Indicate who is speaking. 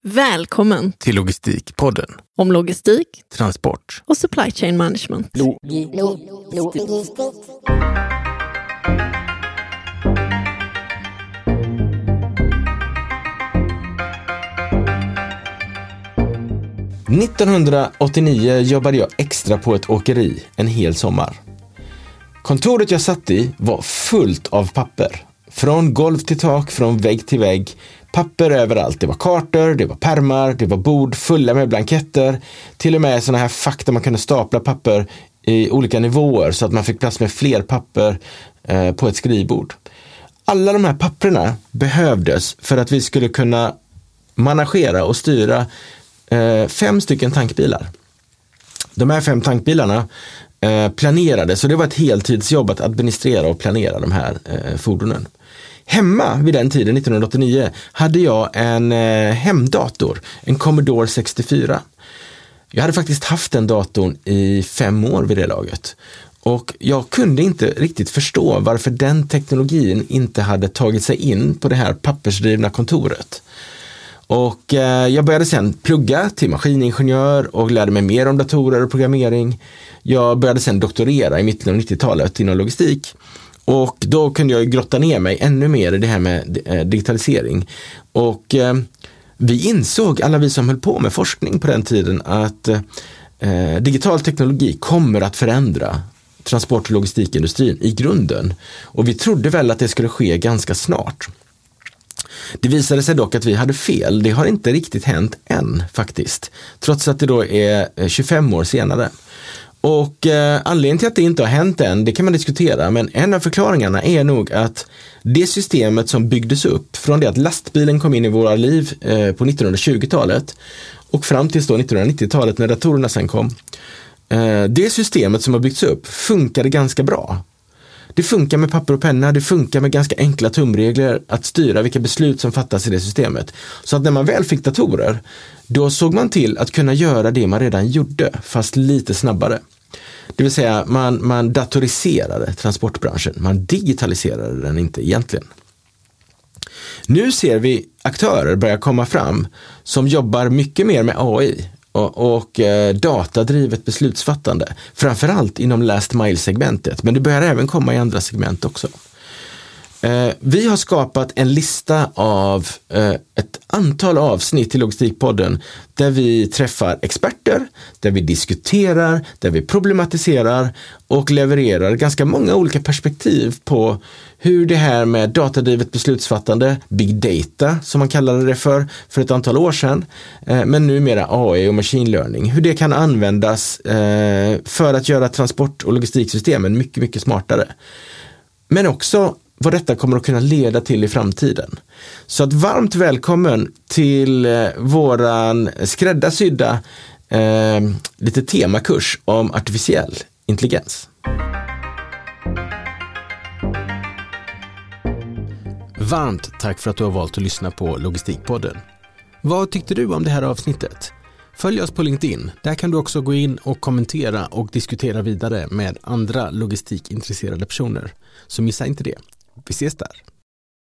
Speaker 1: Välkommen
Speaker 2: till Logistikpodden.
Speaker 1: Om logistik,
Speaker 2: Transport
Speaker 1: och supply chain management.
Speaker 3: Logistik.
Speaker 4: 1989 jobbade jag extra på ett åkeri en hel sommar. Kontoret jag satt i var fullt av papper. Från golv till tak, från vägg till vägg. Papper överallt. Det var kartor, det var pärmar, det var bord fulla med blanketter. Till och med sådana här fack där man kunde stapla papper i olika nivåer så att man fick plats med fler papper på ett skrivbord. Alla de här papperna behövdes för att vi skulle kunna managera och styra 5 stycken tankbilar. De här 5 tankbilarna planerades, så det var ett heltidsjobb att administrera och planera de här fordonen. Hemma vid den tiden, 1989, hade jag en hemdator, en Commodore 64. Jag hade faktiskt haft den datorn i 5 år vid det laget. Och jag kunde inte riktigt förstå varför den teknologin inte hade tagit sig in på det här pappersdrivna kontoret. Och jag började sen plugga till maskiningenjör och lärde mig mer om datorer och programmering. Jag började sen doktorera i mitten av 90-talet inom logistik. Och då kunde jag grotta ner mig ännu mer i det här med digitalisering. Och vi insåg, alla vi som höll på med forskning på den tiden, att digital teknologi kommer att förändra transport- och logistikindustrin i grunden. Och vi trodde väl att det skulle ske ganska snart. Det visade sig dock att vi hade fel. Det har inte riktigt hänt än faktiskt. Trots att det då är 25 år senare. Och anledningen till att det inte har hänt än, det kan man diskutera. Men en av förklaringarna är nog att det systemet som byggdes upp från det att lastbilen kom in i våra liv på 1920-talet och fram till 1990-talet när datorerna sen kom. Det systemet som har byggts upp funkade ganska bra. Det funkar med papper och penna, det funkar med ganska enkla tumregler att styra vilka beslut som fattas i det systemet. Så att när man väl fick datorer, då såg man till att kunna göra det man redan gjorde, fast lite snabbare. Det vill säga man datoriserade transportbranschen, man digitaliserade den inte egentligen. Nu ser vi aktörer börja komma fram som jobbar mycket mer med AI och datadrivet beslutsfattande, framförallt inom last mile-segmentet, men det börjar även komma i andra segment också. Vi har skapat en lista av ett antal avsnitt i Logistikpodden där vi träffar experter, där vi diskuterar, där vi problematiserar och levererar ganska många olika perspektiv på hur det här med datadrivet beslutsfattande, big data som man kallade det för ett antal år sedan, men numera AI och machine learning, hur det kan användas för att göra transport- och logistiksystemen mycket, mycket smartare. Men också vad detta kommer att kunna leda till i framtiden. Så att varmt välkommen till våran skräddarsydda lite temakurs om artificiell intelligens.
Speaker 2: Varmt tack för att du har valt att lyssna på Logistikpodden. Vad tyckte du om det här avsnittet? Följ oss på LinkedIn. Där kan du också gå in och kommentera och diskutera vidare med andra logistikintresserade personer. Så missa inte det. Vi ses där.